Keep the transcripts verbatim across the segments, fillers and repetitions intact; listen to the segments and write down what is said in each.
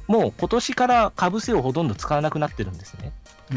もう今年からかぶせをほとんど使わなくなってるんですね。 うん。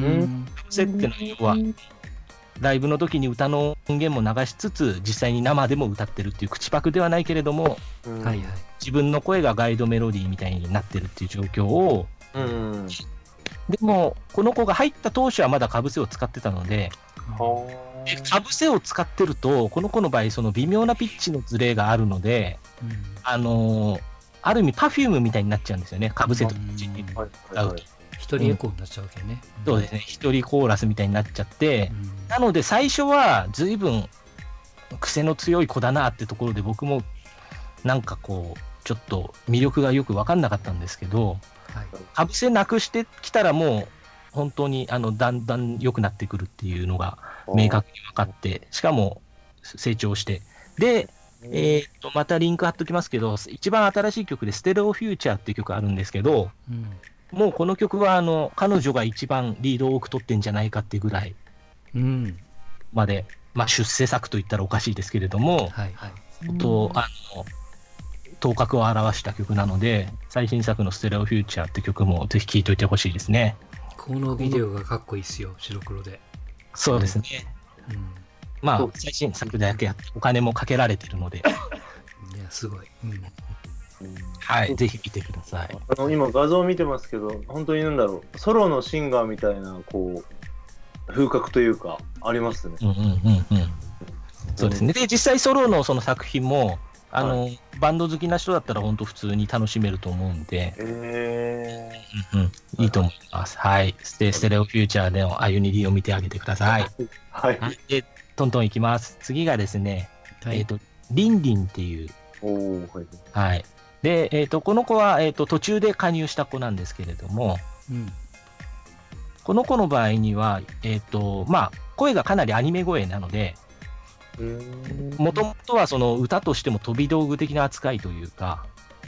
かぶせってのはライブの時に歌の音源も流しつつ実際に生でも歌ってるっていう口パクではないけれども、 うんはいはい。 自分の声がガイドメロディーみたいになってるっていう状況を、 うん。 でもこの子が入った当初はまだかぶせを使ってたので、 はでかぶせを使ってるとこの子の場合その微妙なピッチのズレがあるので、 うん。 あのーある意味パフュームみたいになっちゃうんですよね、かぶせとピッチにあ。はい使うと。 はいはい。 一人エコーになっちゃうわけね。 そうですね、一人コーラスみたいになっちゃって、 うん。 なので最初は随分癖の強い子だなってところで僕もなんかこうちょっと魅力がよく分かんなかったんですけど、 はい。 かぶせなくしてきたらもう本当にあのだんだん良くなってくるっていうのが明確に分かって、しかも成長して、で、えーっとまたリンク貼っときますけど、一番新しい曲で「ステレオフューチャー」っていう曲あるんですけど、 うん。 もうこの曲はあの彼女が一番リードを多く取ってんじゃないかっていうぐらいうん。 まで、まあ、出世作と言ったらおかしいですけれども、 はいはい。 とあの頭角を表した曲なので、最新作の「ステレオフューチャー」って曲もぜひ聴いといてほしいですね。 このビデオがかっこいいっすよ、白黒で。 そうですね。 うん。 まあそう最新作だけやってお金もかけられてるので、 いや、すごい。うん。 うんはい、ぜひ見てください。 あの今画像を見てますけど、本当になんだろう、ソロのシンガーみたいなこう風格というかありますね。 うんうんうんうん。そうですね。で実際ソロのその作品もあの、 はバンド好きな人だったら本当普通に楽しめると思うんで、 えうんうん、いいと思います。はい。ステステレオフューチャーでのアユニディを見てあげてください。 ー、はい。 はい。で、トントンいきます。次がですね、 はい。 えっ、と、リンリンっていう、 おお、はい。 はい。で、えっ、と、この子は、えっ、と、途中で加入した子なんですけれども、 うん。 この子の場合には、えっ、と、まあ、声がかなりアニメ声なので、 うーんもともとはその歌としても飛び道具的な扱いというか、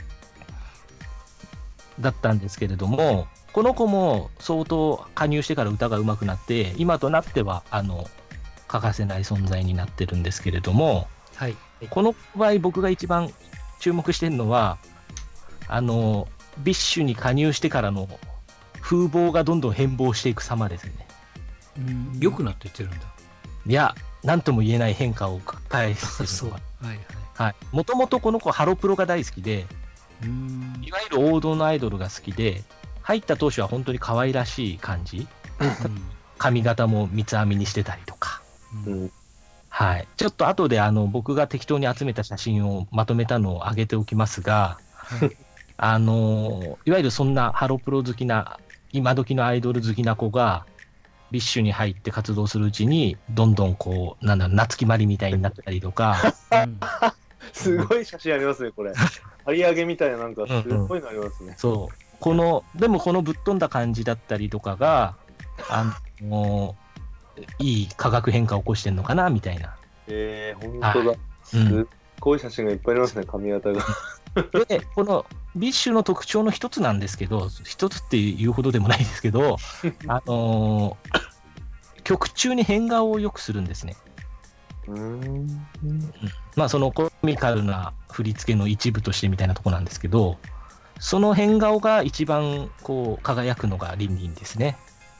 だったんですけれども、この子も相当加入してから歌が上手くなって、今となっては、あの、欠かせない存在になってるんですけれども、 はい。 この場合僕が一番注目してるのは、あの、ビッシュに加入してからの風貌がどんどん変貌していく様ですね。 うん。良くなってってるんだ。 いや、なんとも言えない変化を返してそう。 るのはいはい。 が。はい。もともとこの子ハロプロが大好きで、 うーん。 いわゆる王道のアイドルが好きで、入った当初は本当に可愛らしい感じ。髪型も三つ編みにしてたりとか。 う。 うんんはい。ちょっと後であの僕が適当に集めた写真をまとめたのを上げておきますが、 はい。 あのいわゆるそんなハロプロ好きな、今時のアイドル好きな子が、ビッシュに入って活動するうちに、どんどんこう、なんだろう、夏木マリみたいになったりとか、 うん。 すごい写真ありますね、これ。張り上げみたいな、なんかすごいのありますね。 そう、この、でもこのぶっ飛んだ感じだったりとかが、あのいい化学変化を起こしてんのかな、みたいな。 えー、本当だ。 はいすっごい写真がいっぱいありますね、髪型が。 で、このビッシュの特徴の一つなんですけど、一つっていうほどでもないですけど、あのー曲中に変顔をよくするんですね。 うーん。 まあ、そのコミカルな振り付けの一部としてみたいなところなんですけど、その変顔が一番こう輝くのがリンリンですね。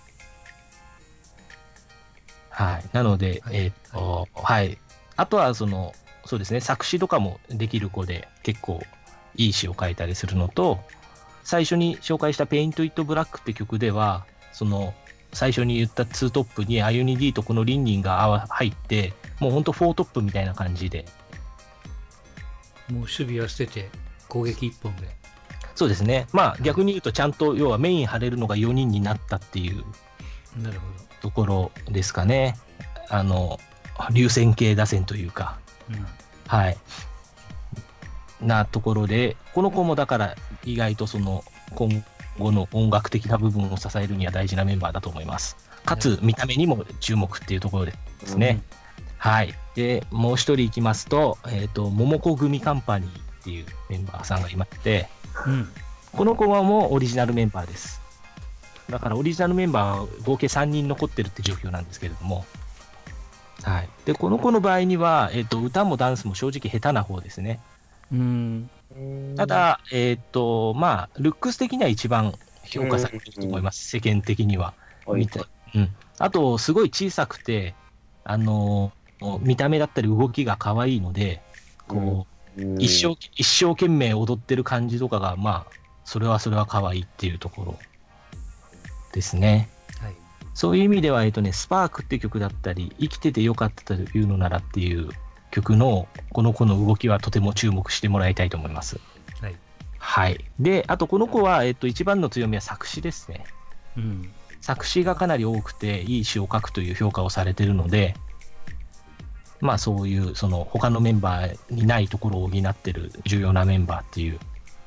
はい。なので、 はいえっ、と、はい。あとは、その、そうですね、作詞とかもできる子で結構いい詩を書いたりするのと、最初に紹介した Paint It Black って曲では、その、最初に言ったツートップにアユニ D とこのリンリンが入って、もうほんとフォートップみたいな感じで。 もう守備は捨てて攻撃一本で。 そうですね。まあ逆に言うとちゃんと要はメイン張れるのがよにんになったっていうなるほところですかね。あの、流線形打線というか、 ど。うん。 はい。なところで、この子もだから意外とその今後の音楽的な部分を支えるには大事なメンバーだと思います。かつ見た目にも注目っていうところですね。はい。で、もう一人いきますと、えっ、と、桃子組カンパニーっていうメンバーさんがいまして、 うん。 この子はもうオリジナルメンバーです。だからオリジナルメンバーは合計さんにん残ってるって状況なんですけれども、はい。で、この子の場合には、えっ、と、歌もダンスも正直下手な方ですね。 うん。 ただ、えっ、と、まあ、ルックス的には一番評価されてると思います、世間的には。 はい見てうん、あと、すごい小さくて、あのー見た目だったり動きが可愛いので、こう、 うん一生一生懸命踊ってる感じとかが、まあ、それはそれは可愛いっていうところですね。 はい。 そういう意味では、えっとね、スパークって曲だったり、生きててよかったというのならっていう曲の、この子の動きはとても注目してもらいたいと思います。 はい。 はい。で、あとこの子は、えっと、一番の強みは作詞ですね。 うん。 作詞がかなり多くて、いい詩を書くという評価をされているので、まあそういう、その他のメンバーにないところを補っている重要なメンバーっていう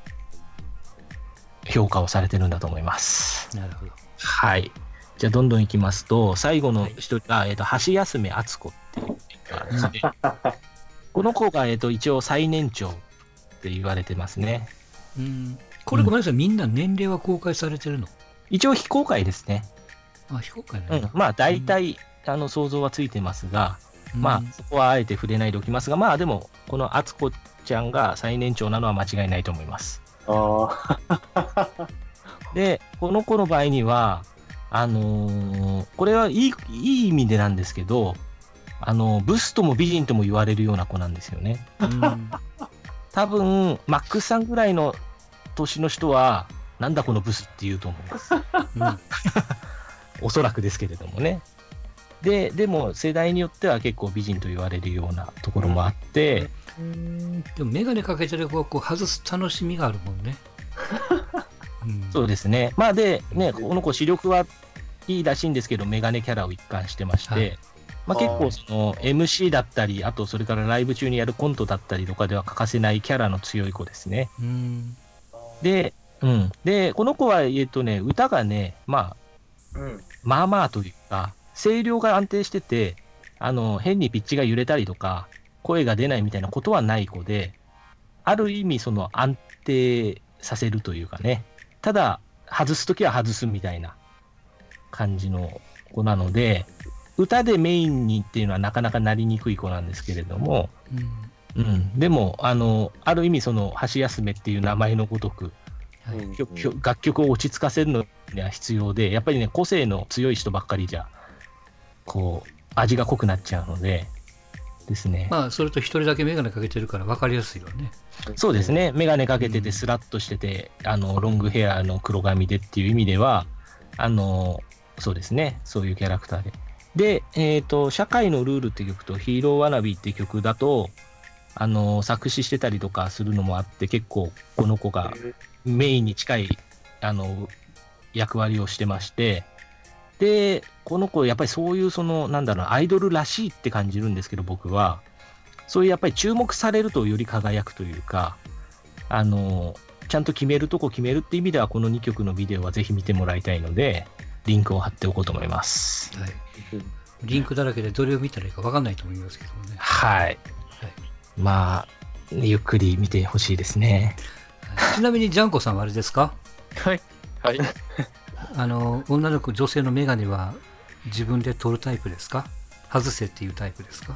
評価をされてるんだと思います。 なるほど。 はい。じゃあどんどんいきますと、最後の一人が、えっと、橋休め敦子っていうメンバーですね。この子が、えっと、一応最年長って言われてますね。 うん。これごめんなさい、みんな年齢は公開されてるの？ 一応非公開ですね。 あ、非公開なんだ。 うん。まあ大体、あの想像はついてますが、 うんまあそこはあえて触れないでおきますが、まあでも、この敦子ちゃんが最年長なのは間違いないと思います。 ああ。 で、この子の場合には、あのーこれはいい、いい意味でなんですけど、あの、ブスとも美人とも言われるような子なんですよね。 うん多分、マックスさんぐらいの年の人は、なんだこのブスって言うと思います。 うんおそらくですけれどもね。で、でも世代によっては結構美人と言われるようなところもあって、 でも眼鏡かけてる子はこう外す楽しみがあるもんね。うんそうですね。まあで、ね、この子視力はいいらしいんですけど、メガネキャラを一貫してまして、 はいまあ結構その エムシー だったり、あとそれからライブ中にやるコントだったりとかでは欠かせないキャラの強い子ですね。 うんで、うん。で、この子は、えっとね、歌がね、まあ、 うん。 まあまあというか、声量が安定してて、あの、変にピッチが揺れたりとか、声が出ないみたいなことはない子で、ある意味その安定させるというかね、ただ外すときは外すみたいな感じの子なので、歌でメインにっていうのはなかなかなりにくい子なんですけれども、 うんうん、でも、あの、ある意味その橋休めっていう名前のごとく、 はいうん曲曲楽曲を落ち着かせるのには必要で、やっぱりね、個性の強い人ばっかりじゃ、こう、味が濃くなっちゃうので、ですね。 まあそれと一人だけ眼鏡かけてるから分かりやすいよね。 そうですね、眼鏡かけてうんて、スラッとしてて、あのロングヘアの黒髪でっていう意味では、あのそうですね、そういうキャラクターで。で、えーと、社会のルールっていう曲と、ヒーローワナビーっていう曲だと、あの作詞してたりとかするのもあって、結構、この子がメインに近いあの役割をしてまして、で、この子、やっぱりそういうその、なんだろう、アイドルらしいって感じるんですけど、僕は、そういうやっぱり注目されるとより輝くというか、あの、ちゃんと決めるとこ決めるって意味では、このにきょくのビデオはぜひ見てもらいたいので、リンクを貼っておこうと思います。 はい。リンクだらけでどれを見たらいいか分かんないと思いますけどもね。 はい。 はいまあ、ゆっくり見てほしいですね。 はいちなみにジャンコさんはあれですか？ はい。はい。 あの女の子女性の眼鏡は自分で取るタイプですか？外せっていうタイプですか？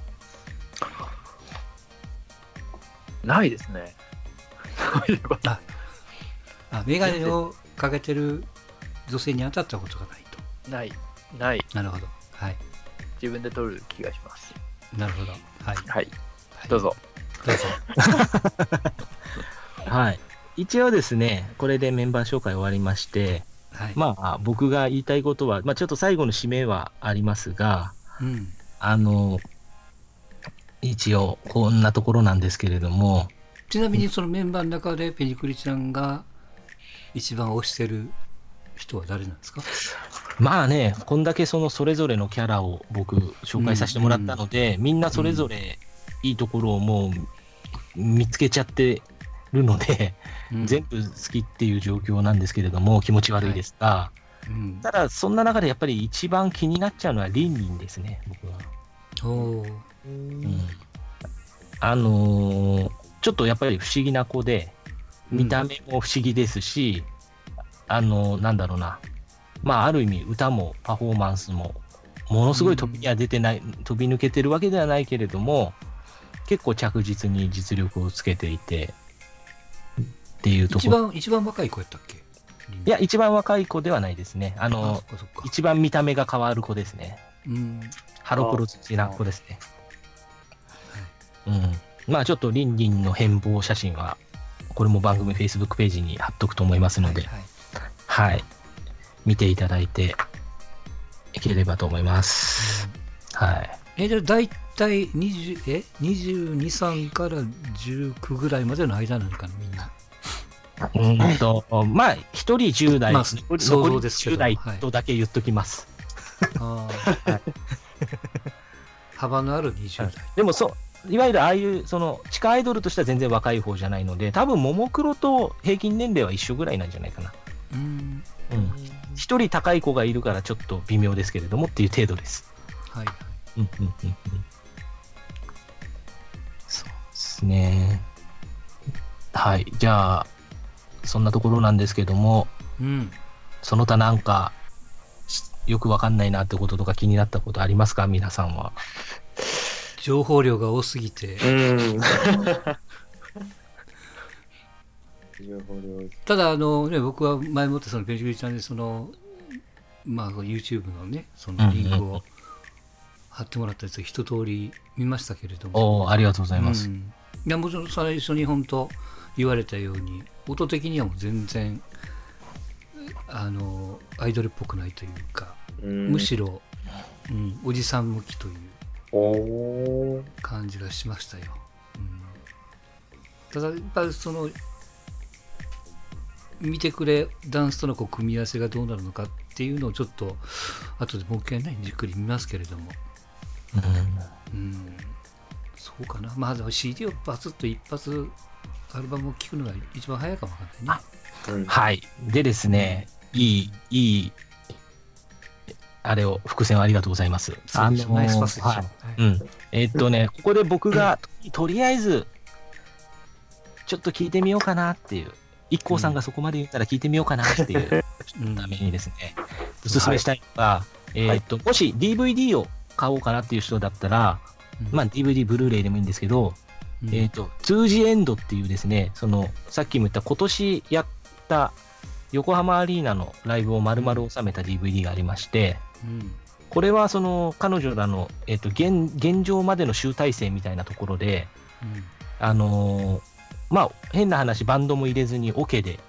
ないですね。そういえば。 あ、眼鏡をかけてる女性に当たったことがないと。 ない。ない。 なるほど。はい。 自分で取る気がします。 なるほど。はい。 はい。 はいどうぞ。 どうぞ。 はい。一応ですね、これでメンバー紹介終わりまして、 はい。 まあ、僕が言いたいことは、まあ、ちょっと最後の締めはありますが、 うん。 あの、一応、こんなところなんですけれども、 ちなみにそのメンバーの中でペニクリちゃんが一番推してる人は誰なんですか？ まあね、こんだけそのそれぞれのキャラを僕紹介させてもらったので、みんなそれぞれいいところをもう見つけちゃってるので、 うん全部好きっていう状況なんですけれども、気持ち悪いですが、 うん。 ただそんな中でやっぱり一番気になっちゃうのはリンリンですね、僕は。 おーうん、あのーちょっとやっぱり不思議な子で、見た目も不思議ですし、あのーなんだろうな、まあある意味歌もパフォーマンスもものすごい飛びには出てない、飛び抜けてるわけではないけれども、結構着実に実力をつけていて、 っていうところ。 一番、一番若い子やったっけ？ いや、一番若い子ではないですね。ああの、 そっかそっか。 一番見た目が変わる子ですね。 うん。 ハロプロ的な子ですね。うん。まあちょっとリンリンの変貌写真は、これも番組 Facebook ページに貼っとくと思いますので、 はいはいはい。見ていただいていければと思います。はい。 え、じゃあ大体にじゅう、え ?にじゅうに、さんからじゅうきゅうぐらいまでの間なのかな、みんな。 うーんと、まあ、一人じゅう代、 まあ残り想像ですけどじゅう代とだけ言っときます。 あー幅のあるにじゅう代。 でもそう、いわゆるああいう、その、地下アイドルとしては全然若い方じゃないので、多分、ももクロと平均年齢は一緒ぐらいなんじゃないかな。 うん。 うん。一人高い子がいるからちょっと微妙ですけれどもっていう程度です。 はい。 うんうんうんうん。そうですね。はい。じゃあ、そんなところなんですけども、 うん。 その他なんか、よくわかんないなってこととか気になったことありますか皆さんは。 情報量が多すぎて。 うん。情報量ただ、あのね、僕は前もってそのペジグリちゃんで、その、まあ、YouTube のね、そのリンクうんうんうんを貼ってもらったやつ、一通り見ましたけれども。 おー、ありがとうございます。 うんいやもちろん最初に本当言われたように音的にはもう全然あのアイドルっぽくないというか、 うんむしろ、うん、おじさん向きというおー。 感じがしましたよ、うん、ただやっぱりその見てくれダンスとのこう組み合わせがどうなるのかっていうのをちょっと後でもう一回ねじっくり見ますけれども、 うんうんそうかな。まあでも シーディー をバツッと一発アルバムを聴くのが一番早いかもわかんないね。 うんはい。でですね、いい、いい、あれを、伏線をありがとうございます。 そうでしょナイスパスでしょ。 はいはいうん。えーっとね、ここで僕が、とりあえず、ちょっと聞いてみようかなっていう、一 k さんがそこまで言ったら聞いてみようかなっていううんためにですね、おすすめしたいのが、えーっと、もし ディーブイディー を買おうかなっていう人だったら、まあ ディーブイディー、ブルーレイでもいいんですけど、 うんえっ、と、ツージエンドっていうですね、その、さっきも言った今年やった横浜アリーナのライブを丸々収めた ディーブイディー がありまして、 うんこれはその彼女らの、えっ、と、現、現状までの集大成みたいなところで、 うんあのーまあ、変な話、バンドも入れずにオケで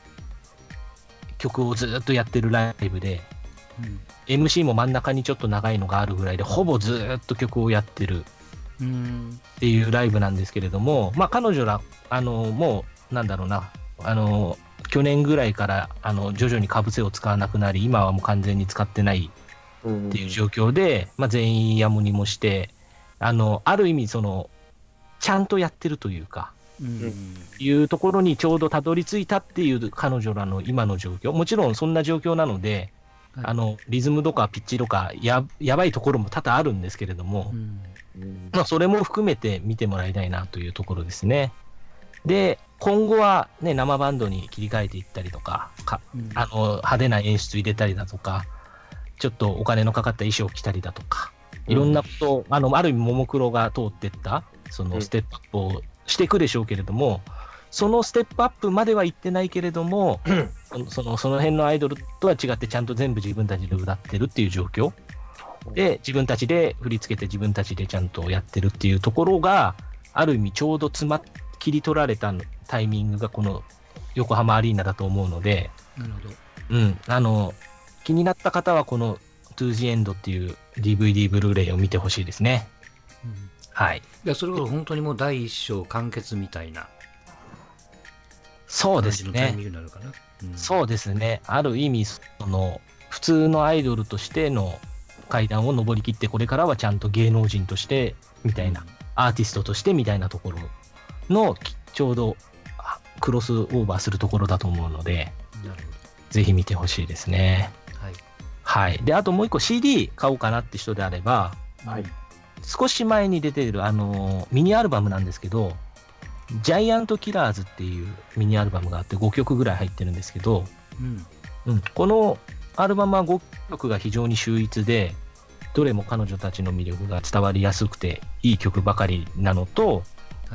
曲をずっとやってるライブで、 うんエムシー も真ん中にちょっと長いのがあるぐらいで、ほぼずっと曲をやってるうんっていうライブなんですけれども、まあ、彼女ら、あのもう、なんだろうな、あの去年ぐらいからあの徐々にかぶせを使わなくなり、今はもう完全に使ってないうんっていう状況で、まあ、全員やむにもして、あのある意味その、ちゃんとやってるというか、 うんいうところにちょうどたどり着いたっていう彼女らの今の状況、もちろんそんな状況なので、 はいあのリズムとかピッチとかや、やばいところも多々あるんですけれども、 うんうんまあ、それも含めて見てもらいたいなというところですね。で、今後は、ね、生バンドに切り替えていったりとか、かうんあの派手な演出入れたりだとか、ちょっとお金のかかった衣装を着たりだとか、いろんなことを、あのある意味、ももクロが通っていったそのステップアップをしていくでしょうけれども、そのステップアップまでは行ってないけれども、そのその辺のアイドルとは違って、ちゃんと全部自分たちで歌ってるっていう状況。で、自分たちで振り付けて自分たちでちゃんとやってるっていうところが、ある意味ちょうど詰まっ切り取られたタイミングがこの横浜アリーナだと思うので、 なるほど。 うん、あの、気になった方はこの ツージエンドっていう ディーブイディー ブルーレイを見てほしいですね。 うんはい。 いやそれこそ本当にもう第一章完結みたいなそうです感じのタイミンね。 グになるかな。うんそうですね。ある意味、その、普通のアイドルとしての階段を上り切って、これからはちゃんと芸能人として、みたいな、アーティストとしてみたいなところの、きちょうどあクロスオーバーするところだと思うので、 なるぜひ見てほしいですね。 ほど。はい。 はい。で、あともう一個 シーディー 買おうかなって人であれば、 はい少し前に出ている、あの、ミニアルバムなんですけど、ジャイアントキラーズっていうミニアルバムがあってごきょくぐらい入ってるんですけど、 うん。 うん、このアルバムはごきょくが非常に秀逸で、どれも彼女たちの魅力が伝わりやすくていい曲ばかりなのと、 はい。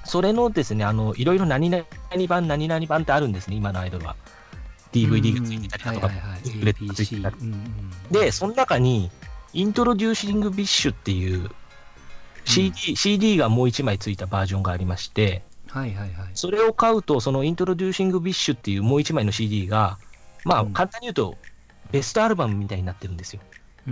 それのですね、あのいろいろ何々版、何々版ってあるんですね、今のアイドルは。ディーブイディー がついてたりだとか、 はいはいはい、 ブックレットがついてたりエービーシー、うんうん、 で、その中に、イントロデューシングビッシュっていう シーディー、うん、シーディー がもういちまいついたバージョンがありまして、 はいはいはい、 それを買うと、そのイントロデューシングビッシュっていうもういちまいの シーディー が、まあ、簡単に言うと、ベストアルバムみたいになってるんですよ。 うん、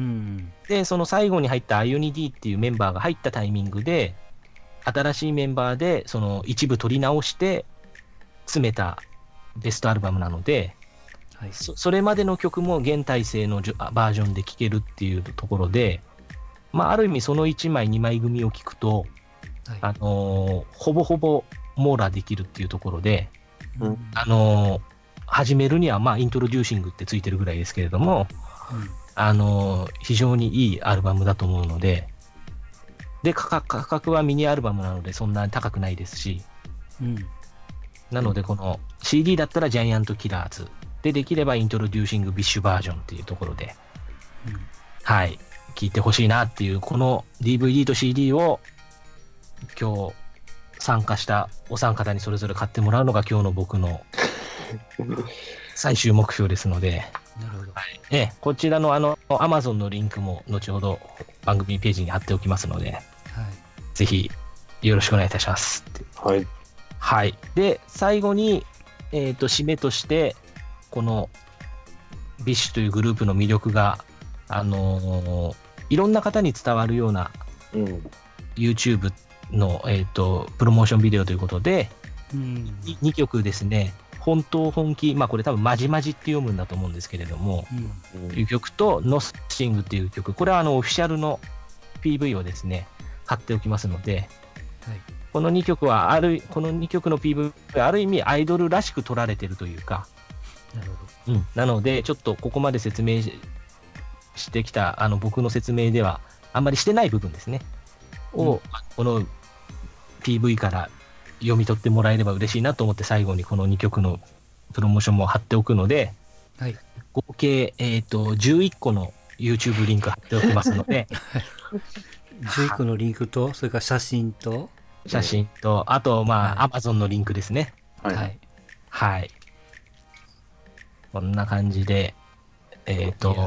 で、その最後に入ったアイオニ D っていうメンバーが入ったタイミングで、新しいメンバーでその一部取り直して詰めたベストアルバムなので、はい、そ, それまでの曲も現体制のバージョンで聴けるっていうところで、まあ、ある意味そのいちまいにまい組を聴くと、はい、あのー、ほぼほぼ網羅できるっていうところで、うん、あのー、始めるにはまあイントロデューシングってついてるぐらいですけれども、うん、あのー、非常にいいアルバムだと思うので、で価格、価格はミニアルバムなのでそんなに高くないですし、うん、なのでこの シーディー だったらジャイアントキラーズで、できればイントロデューシングビッシュバージョンっていうところで、うん、はい、聴いてほしいなっていう、この ディーブイディー と シーディー を今日参加したお三方にそれぞれ買ってもらうのが今日の僕の最終目標ですので、なるほど、はい、えこちらのあの Amazon のリンクも後ほど番組ページに貼っておきますので、はい、ぜひよろしくお願いいたします。 はい。 はい。で、最後に、えっと、締めとして、このビッシュというグループの魅力が、あのー、いろんな方に伝わるような、うん、YouTube の、えっと、プロモーションビデオということで、うん、にきょくですね、本当本気、まあこれ多分まじまじって読むんだと思うんですけれども、うん、いう曲とノッシングっていう曲、これはあのオフィシャルの ピーブイ をですね、貼っておきますので、はい、このにきょくはある、このにきょくの ピーブイ はある意味アイドルらしく撮られてるというか、なるほど、うん、なのでちょっとここまで説明してきたあの僕の説明ではあんまりしてない部分ですね、を、うん、この ピーブイ から読み取ってもらえれば嬉しいなと思って最後にこのにきょくのプロモーションも貼っておくので、はい、合計、えーと、じゅういっこの YouTube リンク貼っておきますのでじゅういっこのリンクと、それから写真と写真と、あとまあ、はい、Amazon のリンクですね。 はいはい、 はい、こんな感じで、えっと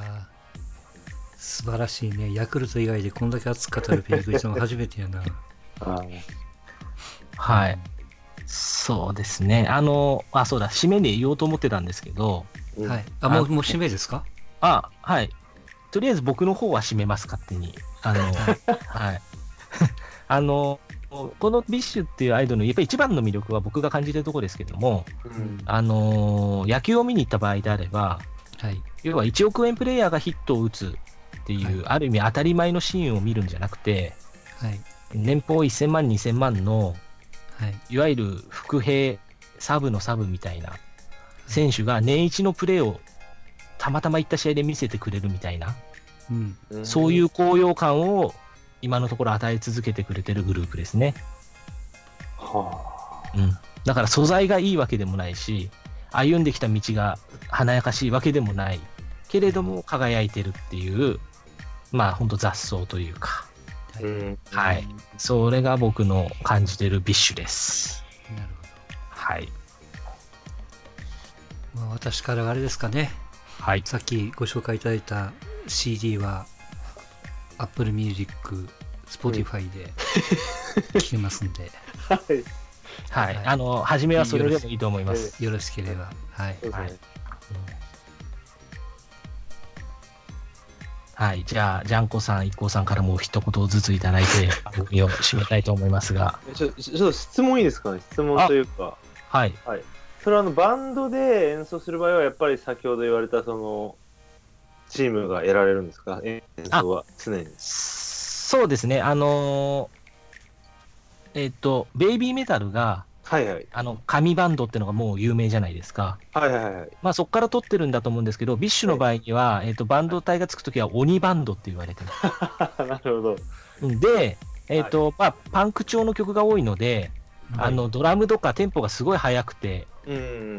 素晴らしいね。ヤクルト以外でこんだけ熱く語るピンクイさんは初めてやな。 あはい、そうですね。あの、あ、そうだ、締めで言おうと思ってたんですけど、 はい、あ、もう、もう締めですか？ あ、はい。とりあえず僕の方は締めます、勝手に。あの、はい。あの、このビッシュっていうアイドルのやっぱり一番の魅力は僕が感じてるところですけども、うん、あの、野球を見に行った場合であれば、はい、要はいちおくえんプレイヤーがヒットを打つっていう、はい、ある意味当たり前のシーンを見るんじゃなくて、はい、年俸せんまん、にせんまんの、はい、いわゆる副兵、サブのサブみたいな選手が年一のプレーをたまたま行った試合で見せてくれるみたいな、うん、そういう高揚感を今のところ与え続けてくれてるグループですね。はあ、うん、だから素材がいいわけでもないし、歩んできた道が華やかしいわけでもないけれども輝いてるっていう、まあ本当雑草というか、うん、はい、それが僕の感じてるビッシュです。なるほど。はい。 まあ、私からあれですかね。はい。さっきご紹介いただいた シーディー は Apple Music、Spotify で聴けますんで。 はい。はい。あの初めはそれでもいいと思います。 よろしければ。はい。はい。 はい、じゃあ、ジャンコさん、一行さんからも一言ずついただいて、番組を締めたいと思いますが。 ちょちょっと質問いいですかね、質問というか。 はい。 はい、それはあのバンドで演奏する場合は、やっぱり先ほど言われた、その、チームが得られるんですか、演奏は常に。 そうですね、あのー、えっと、ベイビーメタルが、 はいはい、 あの紙バンドっていうのがもう有名じゃないですか。 はいはいはい。 まあそこから取ってるんだと思うんですけど、ビッシュの場合には、はい、えー、とバンド体がつくときは鬼バンドって言われてる。 なるほど。 で、えーとはい、まあ、パンク調の曲が多いので、はい、あのドラムとかテンポがすごい速くて、うん、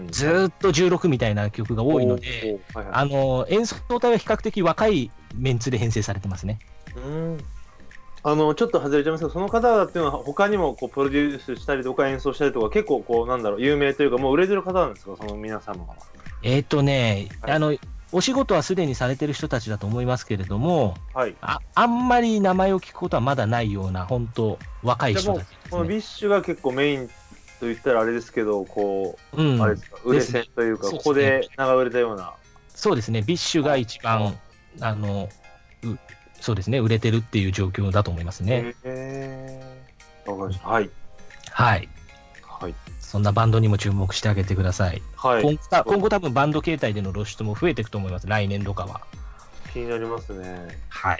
ずーっとじゅうろくみたいな曲が多いので、はいはい、あの演奏体は比較的若いメンツで編成されてますね。うん、 あのちょっと外れちゃいますけど、その方々っていうのは他にもこうプロデュースしたりとか演奏したりとか結構こうなんだろう有名というかもう売れてる方なんですか、その皆様は。 えっ、とね、 はいあのお仕事はすでにされてる人たちだと思いますけれども、 はい。 ああんまり名前を聞くことはまだないような本当若いじゃあもう人たちですこのビね。 ッシュが結構メインと言ったらあれですけど、こう、 うん、 あれですか、売れ線というか、 ですねここで名が売れたような。 そうですね、ビッシュが一番あのうそうですね売れてるっていう状況だと思いますね。 へー、わかりました。はい。 はい。 はい。 そんなバンドにも注目してあげてください。 はい。 今後今後多分バンド形態での露出も増えていくと思います、来年度かは。 気になりますね。 はい。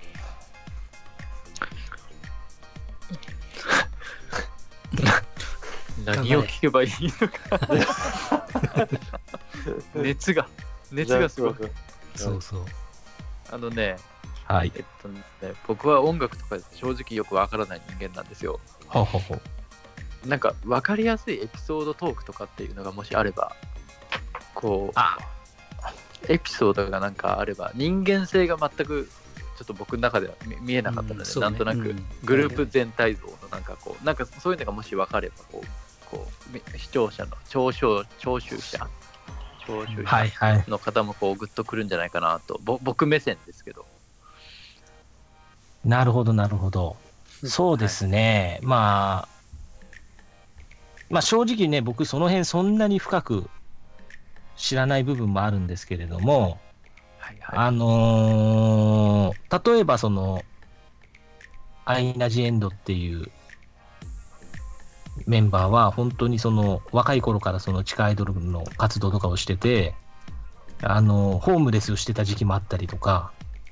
何を聞けばいいのか。熱が、熱がすごい。 そうそう。 あのね、 はい。 えっとね、僕は音楽とか正直よくわからない人間なんですよ。 ほうほうほう。 なんかわかりやすいエピソードトークとかっていうのがもしあれば、こう、 あエピソードがなんかあれば、人間性が全くちょっと僕の中では見見えなかったので、 うんそうねなんとなくうんグループ全体像のなんかこう、なんかそういうのがもし分かればこう、こうみ視聴者の聴聴聴取者聴取はいはい。 者の方もこうグッとくるんじゃないかなと、ぼ僕目線ですけど。 なるほど、なるほど。そうですね。まあ、まあ正直ね、僕その辺そんなに深く知らない部分もあるんですけれども、 はいはい。 あのー例えばその、アイナ・ジ・エンドっていうメンバーは本当にその若い頃からその地下アイドルの活動とかをしてて、あのホームレスをしてた時期もあったりとか、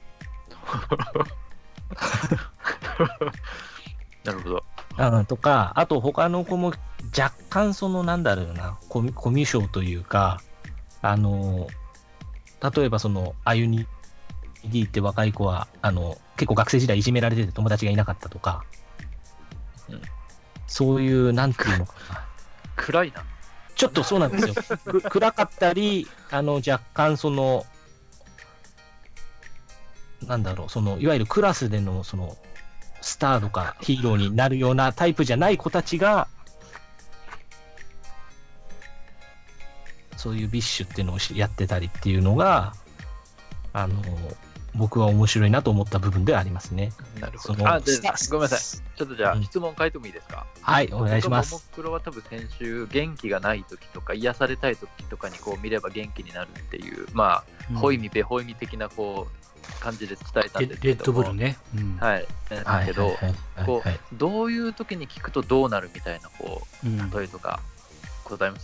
なるほど。 うんとか、あと他の子も若干そのなんだろうな、コミコミュ障というか、あの例えばそのあゆに D って若い子はあの結構学生時代いじめられてて友達がいなかったとか、 うん、 そういうなんていうのかな、 暗いな。 ちょっとそうなんですよ。く暗かったり、あの若干そのなんだろう、そのいわゆるクラスでのそのスターとかヒーローになるようなタイプじゃない子たちが、そういうビッシュっていうのをやってたりっていうのが、あの僕は面白いなと思った部分ではありますね。 なるほそのど。あ、でスタごめんなさい。ちょっとじゃあうん質問変えてもいいですか？ はい、お願いしま僕ももす。 クロは多分先週、元気がない時とか癒されたい時とかにこう見れば元気になるっていう、まあ、ホイミベホイミ的なこう感じで伝えたんレですけども。 レッドブルね。うんはい。なんはいですけど、 はいはいこはい、 うどういう時に聞くとどうなるみたいなこううん例えとかございます？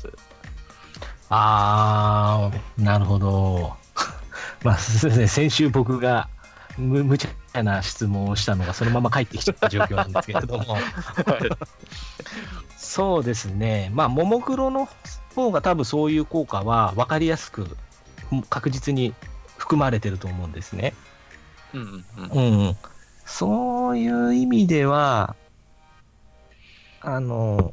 あー、なるほど。まあ、すいません、先週僕がむ無茶な質問をしたのがそのまま返ってきちゃった状況なんですけれども、そうですね、まあ、ももクロの方が多分そういう効果は分かりやすく確実に含まれてると思うんですね。 うんうんうん。 うんうん、そういう意味では、あの、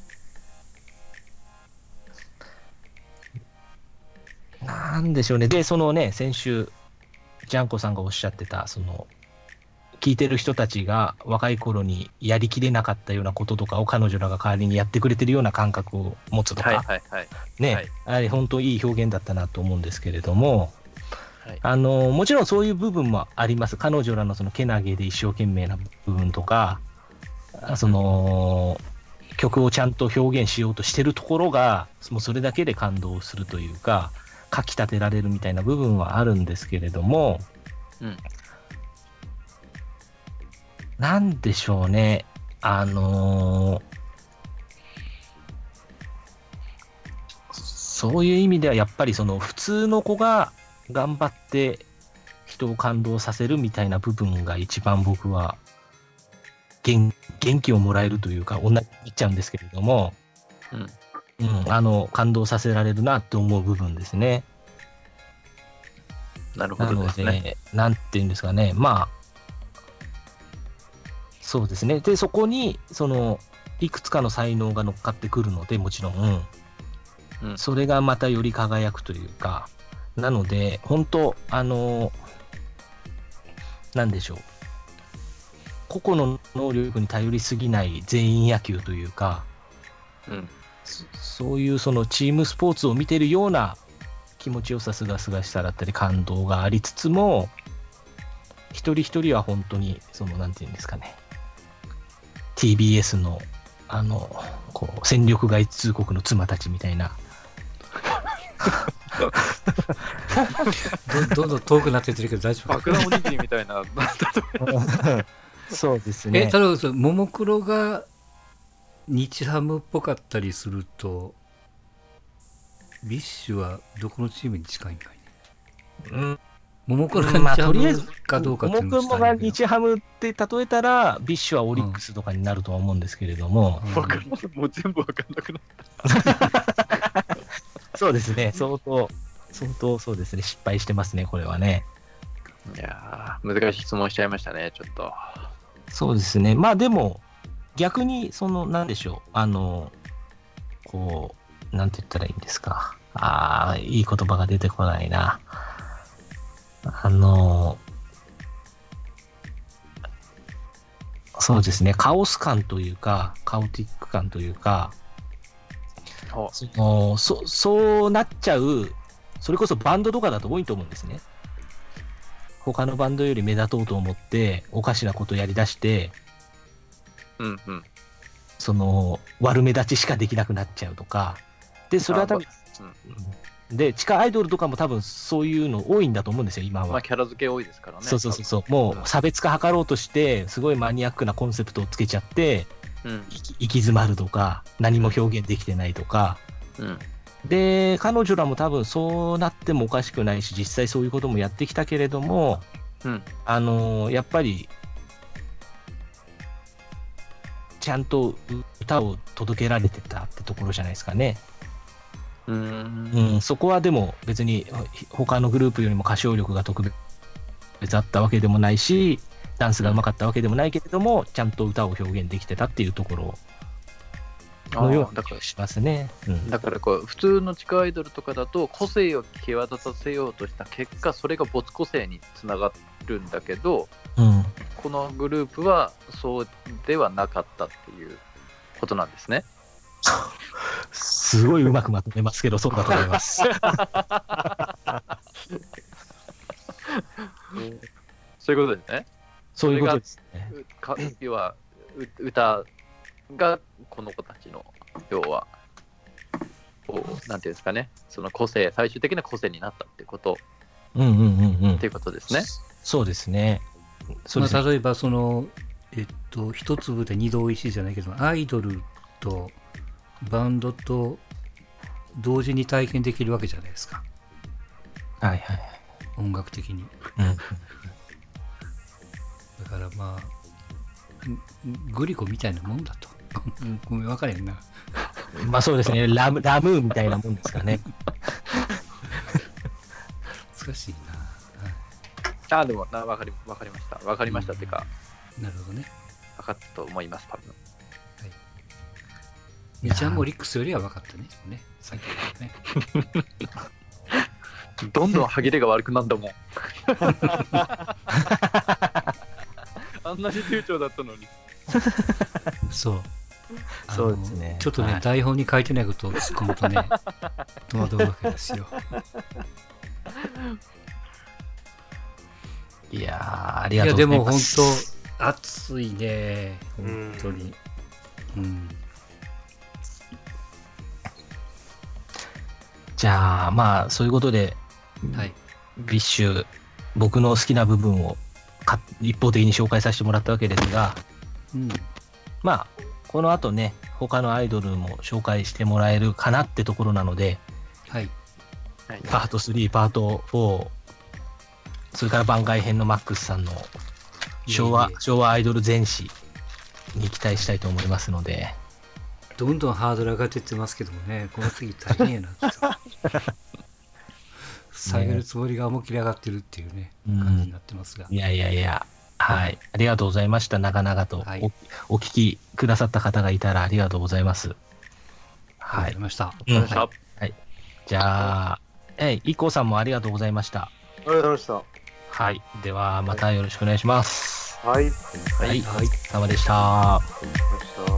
なんでしょうね。で、そのね、先週、ジャンコさんがおっしゃってた、その、聞いてる人たちが若い頃にやりきれなかったようなこととかを彼女らが代わりにやってくれてるような感覚を持つとか、 はいはいはい。 ね、 はいあれ本当いい表現だったなと思うんですけれども、 はいあの、もちろんそういう部分もあります。彼女らのそのけなげで一生懸命な部分とか、その、曲をちゃんと表現しようとしてるところが、もうそれだけで感動するというか、かきたてられるみたいな部分はあるんですけれども、 うんなんでしょうね、あのーそういう意味ではやっぱりその普通の子が頑張って人を感動させるみたいな部分が一番僕は元元気をもらえるというか、同じ言っちゃうんですけれども、 うんうん、あの感動させられるなって思う部分ですね。 なるほなのどですね。 で、なんていうんですかね、まあ、そうですね。で、そこに、その、いくつかの才能が乗っかってくるので、もちろん、 うんそれがまたより輝くというか、なので、本当、あの、なんでしょう。 個々の能力に頼りすぎない全員野球というか、 うん、 そ, そういうそのチームスポーツを見てるような気持ちよさ、すがすがしさだったり感動がありつつも、一人一人は本当にそのなんていうんですかね、 ティービーエス のあのこう戦力外通告の妻たちみたいなど, どんどん遠くなってってるけど大丈夫か。 爆弾おにぎりみたいなそうですね。 え、ただももクロが日ハムっぽかったりすると、ビッシュはどこのチームに近いんかいね。 うん、 ももクロまあ、 がとりあえ日ハずムかどうかっていうのももクロが日ハムって例えたら、ビッシュはオリックスとかになるとは思うんですけれども、 うんわかんないもう全部わかんなくなったそうですね、相当、相当そうですね、失敗してますね、これはね。 いやー、難しい質問しちゃいましたね、ちょっと。 そうですね、まあでも、逆に、その、なんでしょう、あの、こう、なんて言ったらいいんですか、ああ、いい言葉が出てこないな。あの、そうですね、カオス感というか、カオティック感というか、その そ, そうなっちゃう、それこそバンドとかだと多いと思うんですね。他のバンドより目立とうと思っておかしなことやりだして、 うんうん、 その悪目立ちしかできなくなっちゃうとかで、それは多分、うん、で地下アイドルとかも多分そういうの多いんだと思うんですよ今は。 まあキャラ付け多いですからね。 そうそうそうそう、もう差別化図ろうとしてすごいマニアックなコンセプトをつけちゃって、うん、行き詰まるとか何も表現できてないとか、うん、で彼女らも多分そうなってもおかしくないし、実際そういうこともやってきたけれども、うん、あのやっぱりちゃんと歌を届けられてたってところじゃないですかね。うん、うん、そこはでも別に他のグループよりも歌唱力が特別あったわけでもないし、ダンスがうまかったわけでもないけれども、ちゃんと歌を表現できてたっていうところのような気がしますね。 うん、だからこう普通の地下アイドルとかだと個性を際立たせようとした結果、それが没個性につながるんだけど、うん、このグループはそうではなかったっていうことなんですね。 すごいうまくまとめますけど、そうだと思います。 そういうことですね。 そういうことですね。 要は歌がこの子たちの要はこうなんていうんですかね、その個性、最終的な個性になったってこと、 うんうんうんうん、 っていうことですね。 そうですね。 そうですね。まあ、例えばそのえっと一粒で二度石じゃないけど、アイドルとバンドと同時に体験できるわけじゃないですか。 はいはい。 音楽的に。 うん、 だからまあグリコみたいなもんだと。ごめん分かれへんな。 まあそうですね。ラムラムーみたいなもんですかね。 難しいな。はい、あでもな分かり分かりました。分かりましたっていうか。 うん、なるほどね。 分かったと思います多分。 日ハムオリックスよりは分かったね。ね、さっきね。 どんどん歯切れが悪くなるんだもん。あんなに流暢だったのに。 そう。 そうですね。 ちょっとね、はい、台本に書いてないことを突っ込むとね、戸惑うわけですよ。 いやー、ありがとうございます。いや、でも本当、熱いね。本当に。うん。うんじゃあまあそういうことで、はい、ビッシュ僕の好きな部分をか一方的に紹介させてもらったわけですが、うん、まあこの後ね他のアイドルも紹介してもらえるかなってところなので、 はいはい、パートスリーパートフォー、それから番外編のマックスさんの昭和、いえいえ昭和アイドル全史に期待したいと思いますので、 どんどんハードル上がっていってますけどもね、この次大変やな下げるつもりが思いっきり上がってるっていうね、うん、感じになってますが、 いやいやいや、はい、ありがとうございました。長々と お,、はい、お聞きくださった方がいたらありがとうございます。 はい、ありがとうございました。 うん、はいはい、じゃあ、えい、IKKOさんもありがとうございました。 ありがとうございました。 はい、ではまたよろしくお願いします。 はい。 はい。はい。様でした。 ありがとうございました。